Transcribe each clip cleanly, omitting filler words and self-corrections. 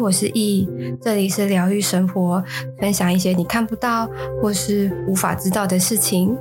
我是易，这里是疗愈生活，分享一些你看不到或是无法知道的事情。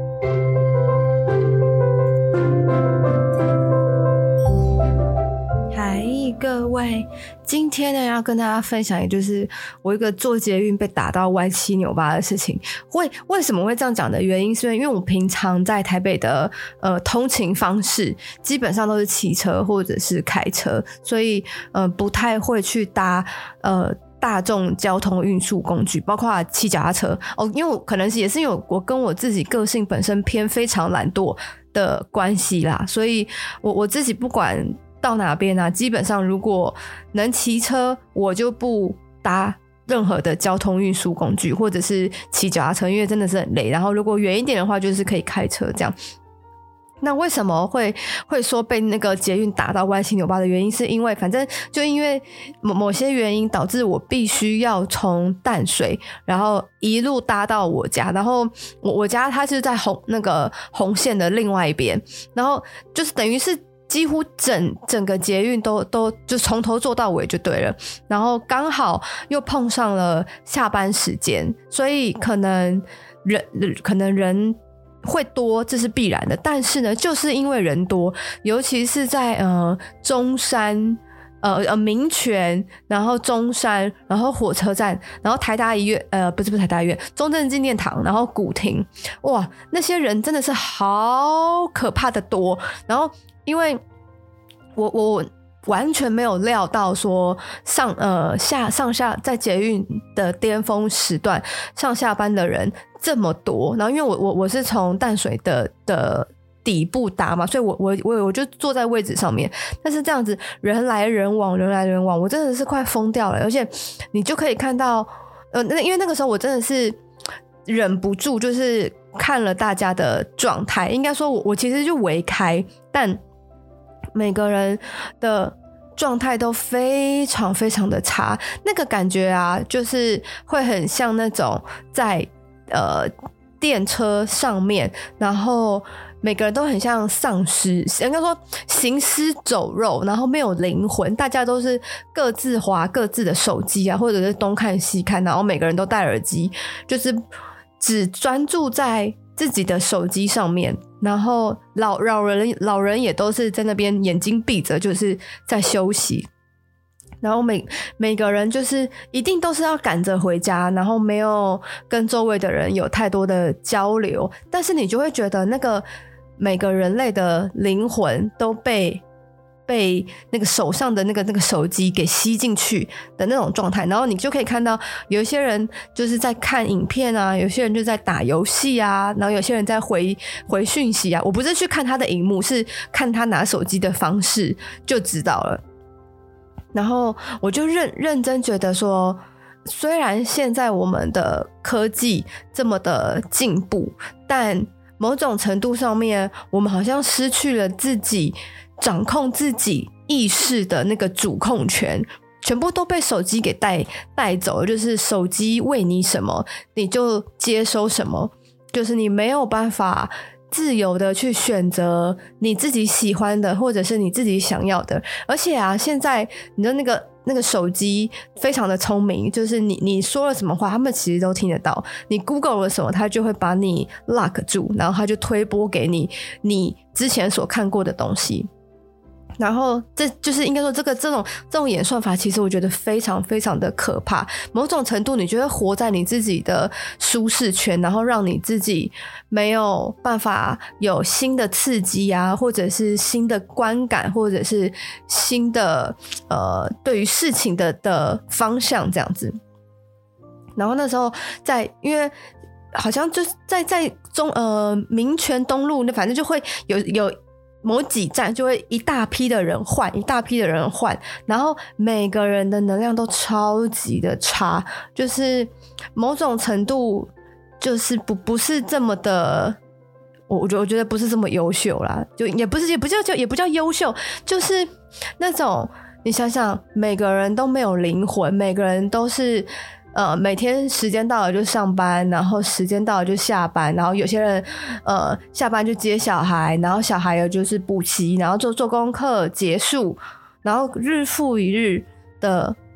嗨，各位，今天呢要跟大家分享，也就是我一个坐捷运被打到歪七扭八的事情。为什么会这样讲的原因，是因为我平常在台北的通勤方式基本上都是骑车或者是开车，所以不太会去搭大众交通运输工具，包括骑脚踏车因为我可能也是因为我跟我自己个性本身偏非常懒惰的关系啦，所以我自己不管到哪边啊，基本上如果能骑车，我就不搭任何的交通运输工具，或者是骑脚踏车，因为真的是很累。然后如果远一点的话，就是可以开车这样。那为什么会说被那个捷运打到歪七扭八的原因，是因为反正就因为某些原因导致我必须要从淡水然后一路搭到我家，然后我家它是在那个红线的另外一边，然后就是等于是几乎整个捷运都就从头坐到尾就对了，然后刚好又碰上了下班时间，所以可能人会多，这是必然的。但是呢，就是因为人多，尤其是在中山民权，然后中山，然后火车站，然后台大医院不是台大医院，中正纪念堂，然后古亭，哇，那些人真的是好可怕的多。然后因为我完全没有料到说上下在捷运的巅峰时段上下班的人这么多，然后因为我是从淡水的底部搭嘛，所以我就坐在位置上面，但是这样子人来人往，我真的是快疯掉了。而且你就可以看到因为那个时候我真的是忍不住，就是看了大家的状态，应该说我其实就围开，但每个人的状态都非常非常的差，那个感觉啊，就是会很像那种在电车上面，然后每个人都很像丧尸，应该说行尸走肉，然后没有灵魂，大家都是各自滑各自的手机啊，或者是东看西看，然后每个人都戴耳机，就是只专注在自己的手机上面，然后老人也都是在那边眼睛闭着，就是在休息。然后每个人就是一定都是要赶着回家，然后没有跟周围的人有太多的交流，但是你就会觉得那个每个人类的灵魂都被那个手上的那个手机给吸进去的那种状态。然后你就可以看到有一些人就是在看影片啊，有些人就在打游戏啊，然后有些人在回讯息啊。我不是去看他的荧幕，是看他拿手机的方式就知道了。然后我就认真觉得说，虽然现在我们的科技这么的进步，但某种程度上面我们好像失去了自己掌控自己意识的那个主控权，全部都被手机给带走了。就是手机喂你什么你就接收什么，就是你没有办法自由的去选择你自己喜欢的或者是你自己想要的。而且啊，现在你的那个手机非常的聪明，就是你说了什么话他们其实都听得到，你 Google 了什么他就会把你 lock 住，然后他就推播给你之前所看过的东西。然后这就是应该说这种演算法，其实我觉得非常非常的可怕。某种程度你就会活在你自己的舒适圈，然后让你自己没有办法有新的刺激啊，或者是新的观感，或者是新的对于事情的方向这样子。然后那时候因为好像就是在民权东路，那反正就会有某几站就会一大批的人换，然后每个人的能量都超级的差，就是某种程度就是不是这么的，我觉得不是这么优秀啦，就也不叫优秀，就是那种你想想，每个人都没有灵魂，每个人都是每天时间到了就上班，然后时间到了就下班，然后有些人下班就接小孩，然后小孩有就是补习，然后做功课结束，然后日复一日的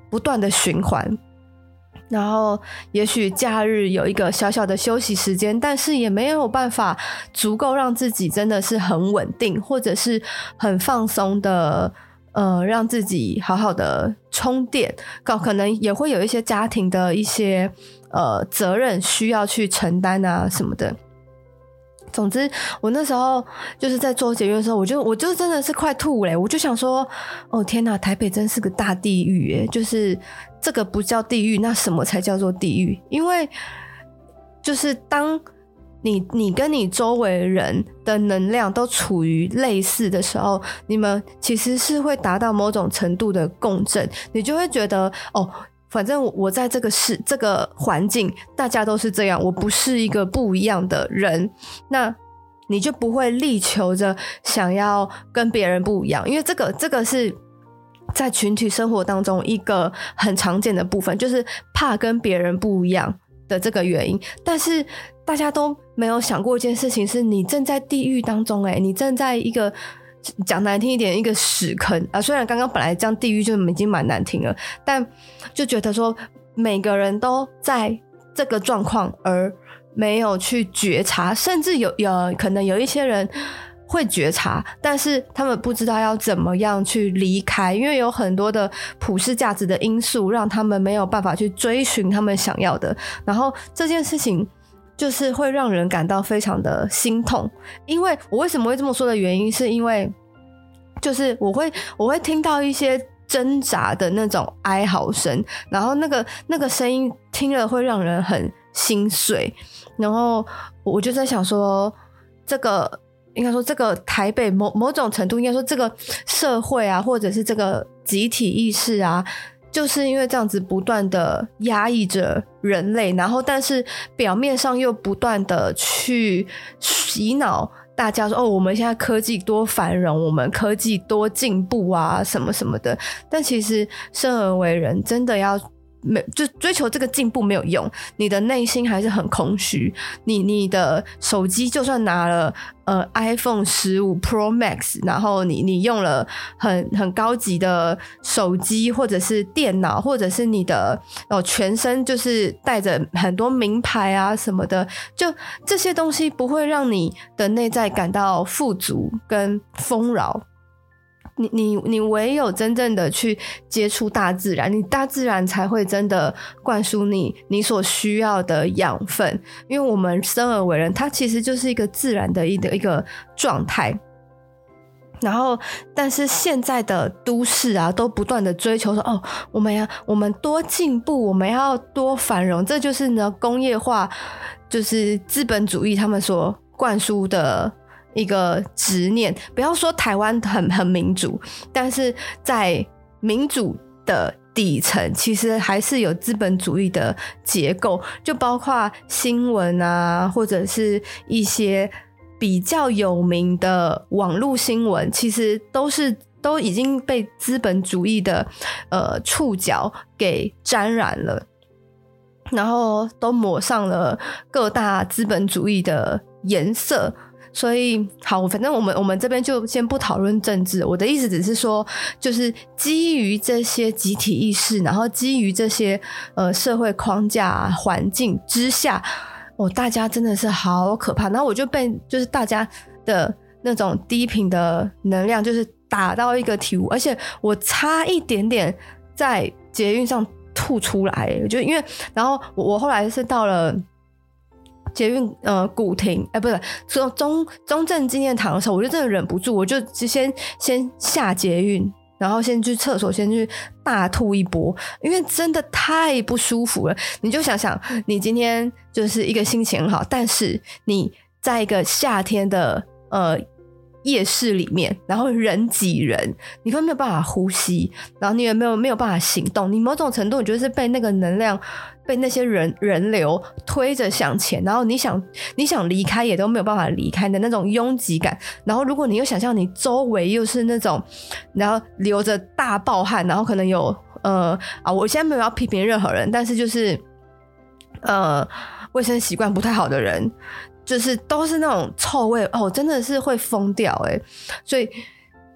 不断的循环。然后也许假日有一个小小的休息时间，但是也没有办法足够让自己真的是很稳定，或者是很放松的让自己好好的充电，可能也会有一些家庭的一些责任需要去承担啊什么的。总之我那时候就是在做捷运的时候，我就真的是快吐了，我就想说哦天哪，台北真是个大地狱耶，就是这个不叫地狱，那什么才叫做地狱？因为就是当你跟你周围人的能量都处于类似的时候，你们其实是会达到某种程度的共振，你就会觉得哦，反正我在这个环境大家都是这样，我不是一个不一样的人，那你就不会力求着想要跟别人不一样，因为这个是在群体生活当中一个很常见的部分，就是怕跟别人不一样的这个原因。但是大家都没有想过一件事情，是你正在地狱当中你正在一个讲难听一点一个屎坑啊，虽然刚刚本来这样地狱就已经蛮难听了，但就觉得说每个人都在这个状况而没有去觉察，甚至可能有一些人会觉察，但是他们不知道要怎么样去离开，因为有很多的普世价值的因素让他们没有办法去追寻他们想要的，然后这件事情就是会让人感到非常的心痛。因为我为什么会这么说的原因，是因为就是我会听到一些挣扎的那种哀嚎声，然后那个声音听了会让人很心碎，然后我就在想说，应该说这个台北某种程度应该说这个社会啊，或者是这个集体意识啊，就是因为这样子不断的压抑着人类，然后但是表面上又不断的去洗脑大家说哦，我们现在科技多繁荣，我们科技多进步啊什么什么的，但其实生而为人真的要就追求这个进步没有用，你的内心还是很空虚，你的手机就算拿了iPhone 15 Pro Max， 然后你用了很高级的手机或者是电脑，或者是你的全身就是带着很多名牌啊什么的，就这些东西不会让你的内在感到富足跟丰饶。你唯有真正的去接触大自然，你大自然才会真的灌输你所需要的养分，因为我们生而为人，它其实就是一个自然的一个状态。然后但是现在的都市啊都不断的追求说哦，我们多进步，我们要多繁荣，这就是呢工业化，就是资本主义他们所灌输的一个执念。不要说台湾很民主，但是在民主的底层其实还是有资本主义的结构，就包括新闻啊，或者是一些比较有名的网络新闻，其实都已经被资本主义的触角给沾染了，然后都抹上了各大资本主义的颜色。所以好，反正我们这边就先不讨论政治，我的意思只是说，就是基于这些集体意识，然后基于这些社会框架环境之下，大家真的是好可怕。然后我就被就是大家的那种低频的能量就是打到一个体无，而且我差一点点在捷运上吐出来，就因为然后我后来是到了捷运古亭不是说中正纪念堂的时候，我就真的忍不住，我就先下捷运，然后先去厕所先去大吐一波，因为真的太不舒服了。你就想想你今天就是一个心情很好，但是你在一个夏天的夜市里面，然后人挤人，你会没有办法呼吸，然后你也没有办法行动，你某种程度你就是被那个能量，被那些人流推着向前，然后你想离开也都没有办法离开的那种拥挤感。然后如果你又想象你周围又是那种然后流着大暴汗，然后可能有我现在没有要批评任何人，但是就是卫生习惯不太好的人，就是都是那种臭味真的是会疯掉所以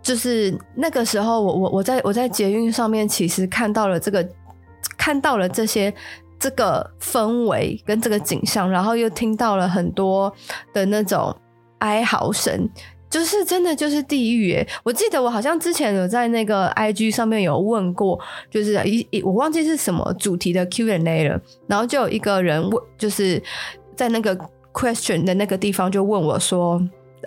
就是那个时候我在捷运上面其实看到了这个氛围跟这个景象，然后又听到了很多的那种哀嚎声，就是真的就是地狱耶。我记得我好像之前有在那个 IG 上面有问过，就是我忘记是什么主题的 Q&A 了，然后就有一个人问，就是在那个 question 的那个地方就问我说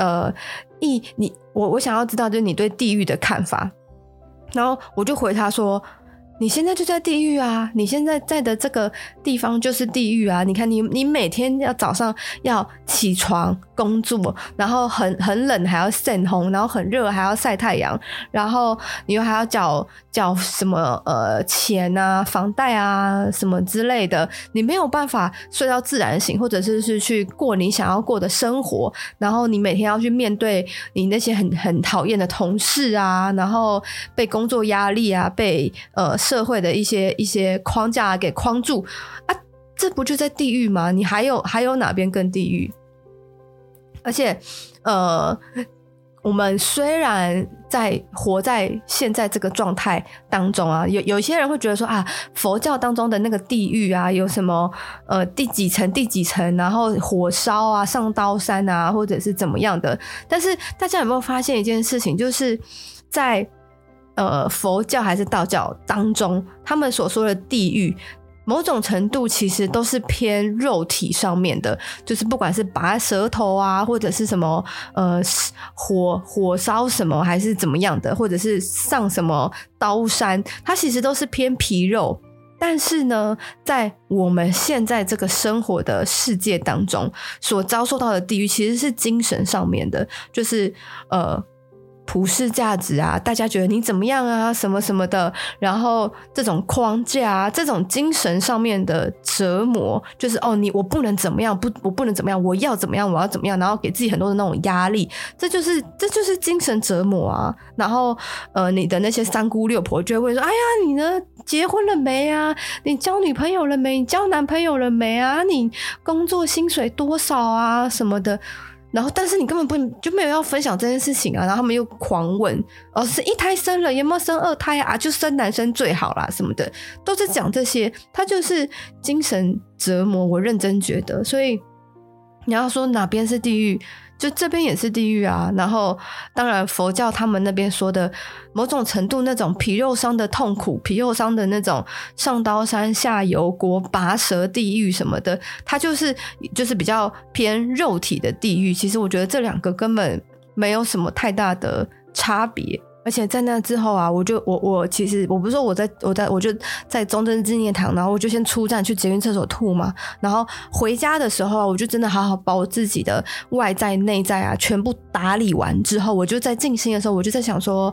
我想要知道就是你对地狱的看法，然后我就回他说，你现在就在地狱啊，你现在在的这个地方就是地狱啊，你看你每天早上要起床工作，然后很冷还要晒红，然后很热还要晒太阳，然后你又还要缴什么钱啊房贷啊什么之类的，你没有办法睡到自然醒，或者是去过你想要过的生活，然后你每天要去面对你那些很讨厌的同事啊，然后被工作压力啊，被社会的一些框架给框住啊，这不就在地狱吗？你还有哪边更地狱？而且我们虽然活在现在这个状态当中啊，有一些人会觉得说啊，佛教当中的那个地狱啊，有什么第几层，然后火烧啊，上刀山啊，或者是怎么样的。但是大家有没有发现一件事情，就是在佛教还是道教当中，他们所说的地狱某种程度其实都是偏肉体上面的，就是不管是拔舌头啊，或者是什么火烧什么还是怎么样的，或者是上什么刀山，它其实都是偏皮肉。但是呢，在我们现在这个生活的世界当中所遭受到的地狱其实是精神上面的，就是普世价值啊，大家觉得你怎么样啊，什么什么的，然后这种框架啊，这种精神上面的折磨，就是我不能怎么样，我不能怎么样，我要怎么样，我要怎么样，然后给自己很多的那种压力，这就是精神折磨啊。然后你的那些三姑六婆就会问说，哎呀，你呢结婚了没啊？你交女朋友了没？你交男朋友了没啊？你工作薪水多少啊？什么的。然后但是你根本就没有要分享这件事情啊，然后他们又狂问是一胎生了，有没有生二胎啊？就生男生最好啦什么的，都是讲这些，他就是精神折磨，我认真觉得。所以你要说哪边是地狱，就这边也是地狱啊。然后当然佛教他们那边说的某种程度那种皮肉伤的痛苦，皮肉伤的那种上刀山下油锅拔舌地狱什么的，它就是比较偏肉体的地狱。其实我觉得这两个根本没有什么太大的差别。而且在那之后啊，我其实我不是说我就在中正纪念堂，然后我就先出站去捷运厕所吐嘛，然后回家的时候啊，我就真的好好把我自己的外在内在啊全部打理完之后，我就在静心的时候，我就在想说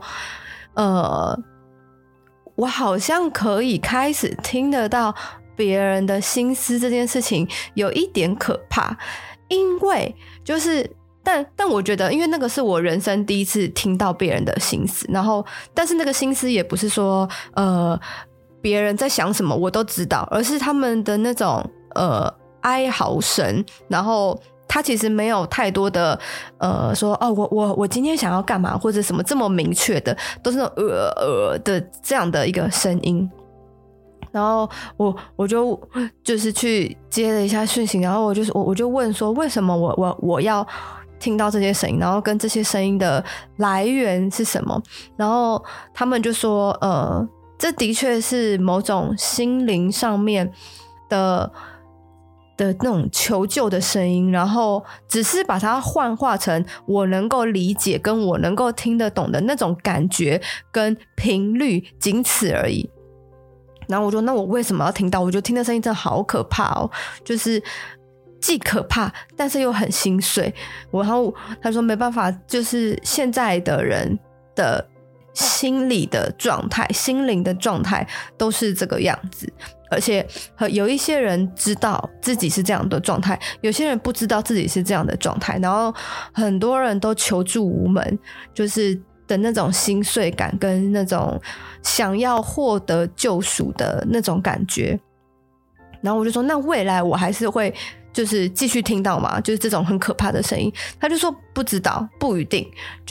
我好像可以开始听得到别人的心思，这件事情有一点可怕。因为就是但我觉得因为那个是我人生第一次听到别人的心思，然后但是那个心思也不是说别人在想什么我都知道，而是他们的那种哀嚎声，然后他其实没有太多的说我今天想要干嘛或者什么这么明确的，都是那种的这样的一个声音。然后我就是去接了一下讯息，然后我就问说为什么我要听到这些声音，然后跟这些声音的来源是什么。然后他们就说这的确是某种心灵上面的那种求救的声音，然后只是把它幻化成我能够理解跟我能够听得懂的那种感觉跟频率，仅此而已。然后我说那我为什么要听到？我觉得听的声音真的好可怕哦，就是既可怕但是又很心碎。然后他说没办法，就是现在的人的心理的状态心灵的状态都是这个样子，而且有一些人知道自己是这样的状态，有些人不知道自己是这样的状态，然后很多人都求助无门，就是的那种心碎感跟那种想要获得救赎的那种感觉。然后我就说那未来我还是会就是继续听到嘛，就是这种很可怕的声音。他就说不知道，不一定，就是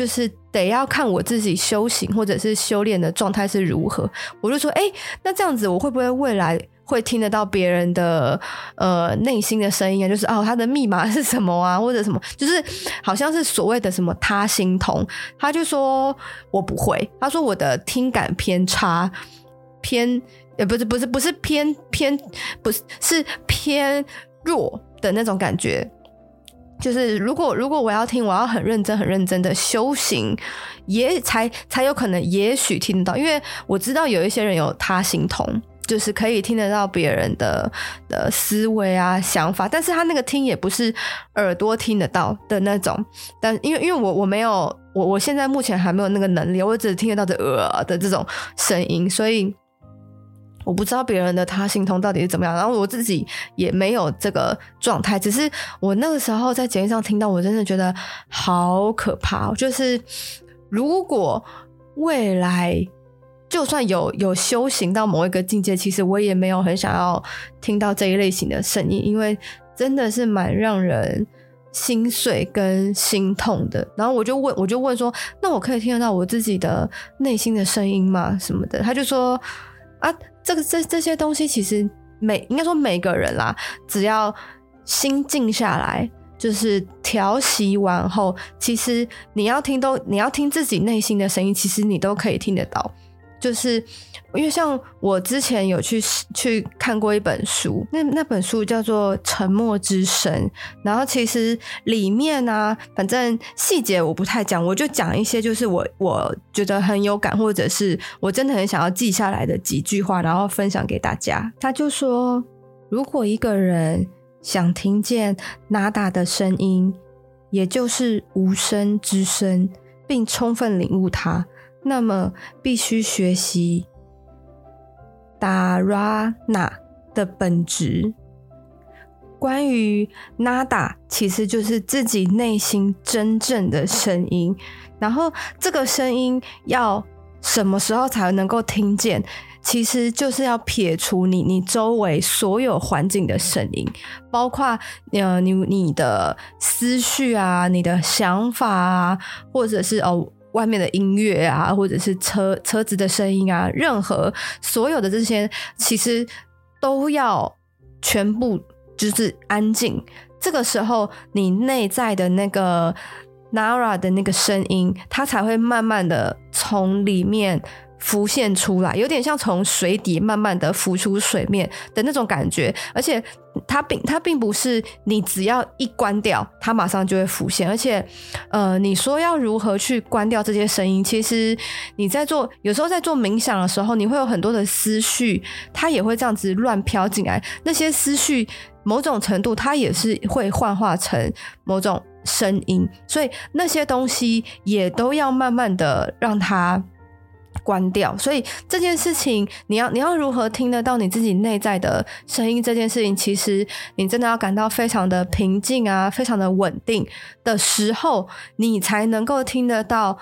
得要看我自己修行或者是修炼的状态是如何。我就说那这样子我会不会未来会听得到别人的内心的声音啊，就是他的密码是什么啊，或者什么，就是好像是所谓的什么他心通。他就说我不会，他说我的听感偏差，不是偏不是，是偏弱的那种感觉。就是如果我要听，我要很认真的修行，才有可能也许听得到。因为我知道有一些人有他心通，就是可以听得到别人的思维啊想法，但是他那个听也不是耳朵听得到的那种。但因为我没有我现在目前还没有那个能力，我只听得到的这种声音，所以我不知道别人的他心通到底是怎么样，然后我自己也没有这个状态。只是我那个时候在节目上听到，我真的觉得好可怕。就是如果未来就算有修行到某一个境界，其实我也没有很想要听到这一类型的声音，因为真的是蛮让人心碎跟心痛的。然后我就问说，那我可以听得到我自己的内心的声音吗什么的。他就说这些东西其实应该说每个人啦，只要心静下来，就是调息完后，其实你要听自己内心的声音，其实你都可以听得到。就是因为像我之前有去看过一本书，那本书叫做《沉默之声》，然后其实里面啊，反正细节我不太讲，我就讲一些就是我觉得很有感，或者是我真的很想要记下来的几句话，然后分享给大家。他就说，如果一个人想听见nada的声音，也就是无声之声，并充分领悟它，那么必须学习dharana 的本质。关于nada，其实就是自己内心真正的声音，然后这个声音要什么时候才能够听见，其实就是要撇除你周围所有环境的声音，包括你的思绪啊，你的想法啊，或者是外面的音乐啊，或者是车子的声音啊，任何所有的这些其实都要全部就是安静。这个时候你内在的那个 Nara 的那个声音，它才会慢慢的从里面浮现出来，有点像从水底慢慢的浮出水面的那种感觉。而且它并不是你只要一关掉它马上就会浮现，而且你说要如何去关掉这些声音，其实你有时候在做冥想的时候，你会有很多的思绪，它也会这样子乱飘进来，那些思绪某种程度它也是会幻化成某种声音，所以那些东西也都要慢慢的让它关掉。所以这件事情你要如何听得到你自己内在的声音，这件事情其实你真的要感到非常的平静啊，非常的稳定的时候，你才能够听得到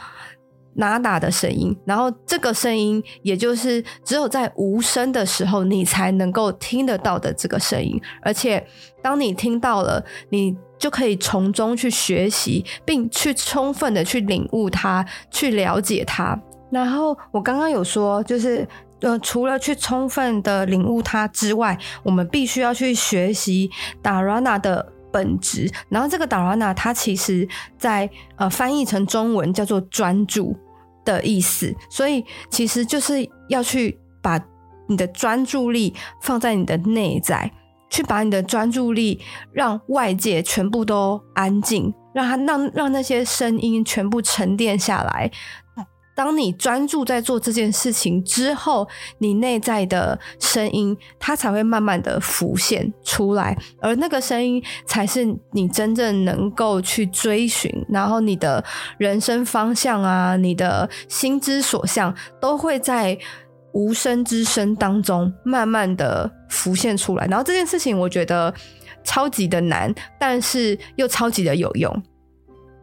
nada的声音。然后这个声音也就是只有在无声的时候你才能够听得到的这个声音，而且当你听到了，你就可以从中去学习，并去充分的去领悟它，去了解它。然后我刚刚有说，就是除了去充分的领悟它之外，我们必须要去学习 dharana 的本质。然后这个 dharana 它其实在翻译成中文叫做专注的意思，所以其实就是要去把你的专注力放在你的内在，去把你的专注力让外界全部都安静，让那些声音全部沉淀下来。当你专注在做这件事情之后，你内在的声音它才会慢慢的浮现出来，而那个声音才是你真正能够去追寻，然后你的人生方向啊，你的心之所向都会在无声之声当中慢慢的浮现出来。然后这件事情我觉得超级的难，但是又超级的有用。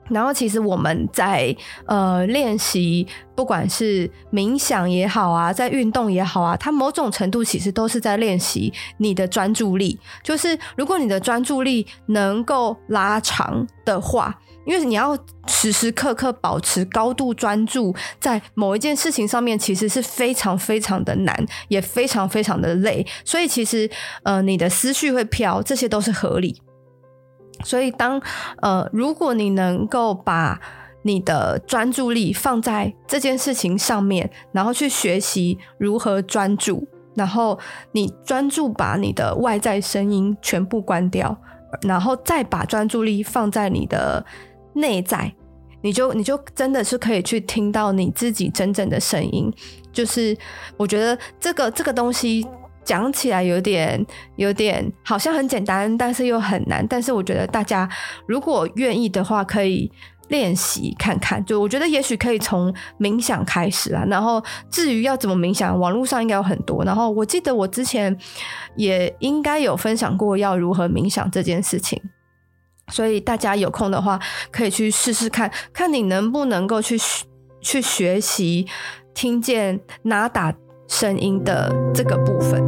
然后其实我们在练习，不管是冥想也好啊，在运动也好啊，它某种程度其实都是在练习你的专注力。就是如果你的专注力能够拉长的话，因为你要时时刻刻保持高度专注在某一件事情上面，其实是非常非常的难，也非常非常的累，所以其实你的思绪会飘，这些都是合理。所以如果你能够把你的专注力放在这件事情上面，然后去学习如何专注，然后你专注把你的外在声音全部关掉，然后再把专注力放在你的内在，你就真的是可以去听到你自己真正的声音。就是我觉得这个东西讲起来有点好像很简单，但是又很难。但是我觉得大家如果愿意的话，可以练习看看。就我觉得也许可以从冥想开始啦，然后至于要怎么冥想，网络上应该有很多。然后我记得我之前也应该有分享过要如何冥想这件事情，所以大家有空的话可以去试试看，看你能不能够去学习听见哪打声音的这个部分。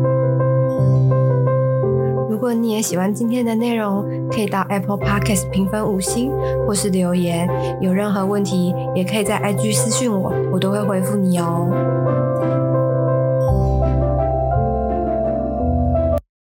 如果你也喜欢今天的内容，可以到 Apple Podcast 评分5星或是留言，有任何问题也可以在 IG 私讯我，我都会回复你哦。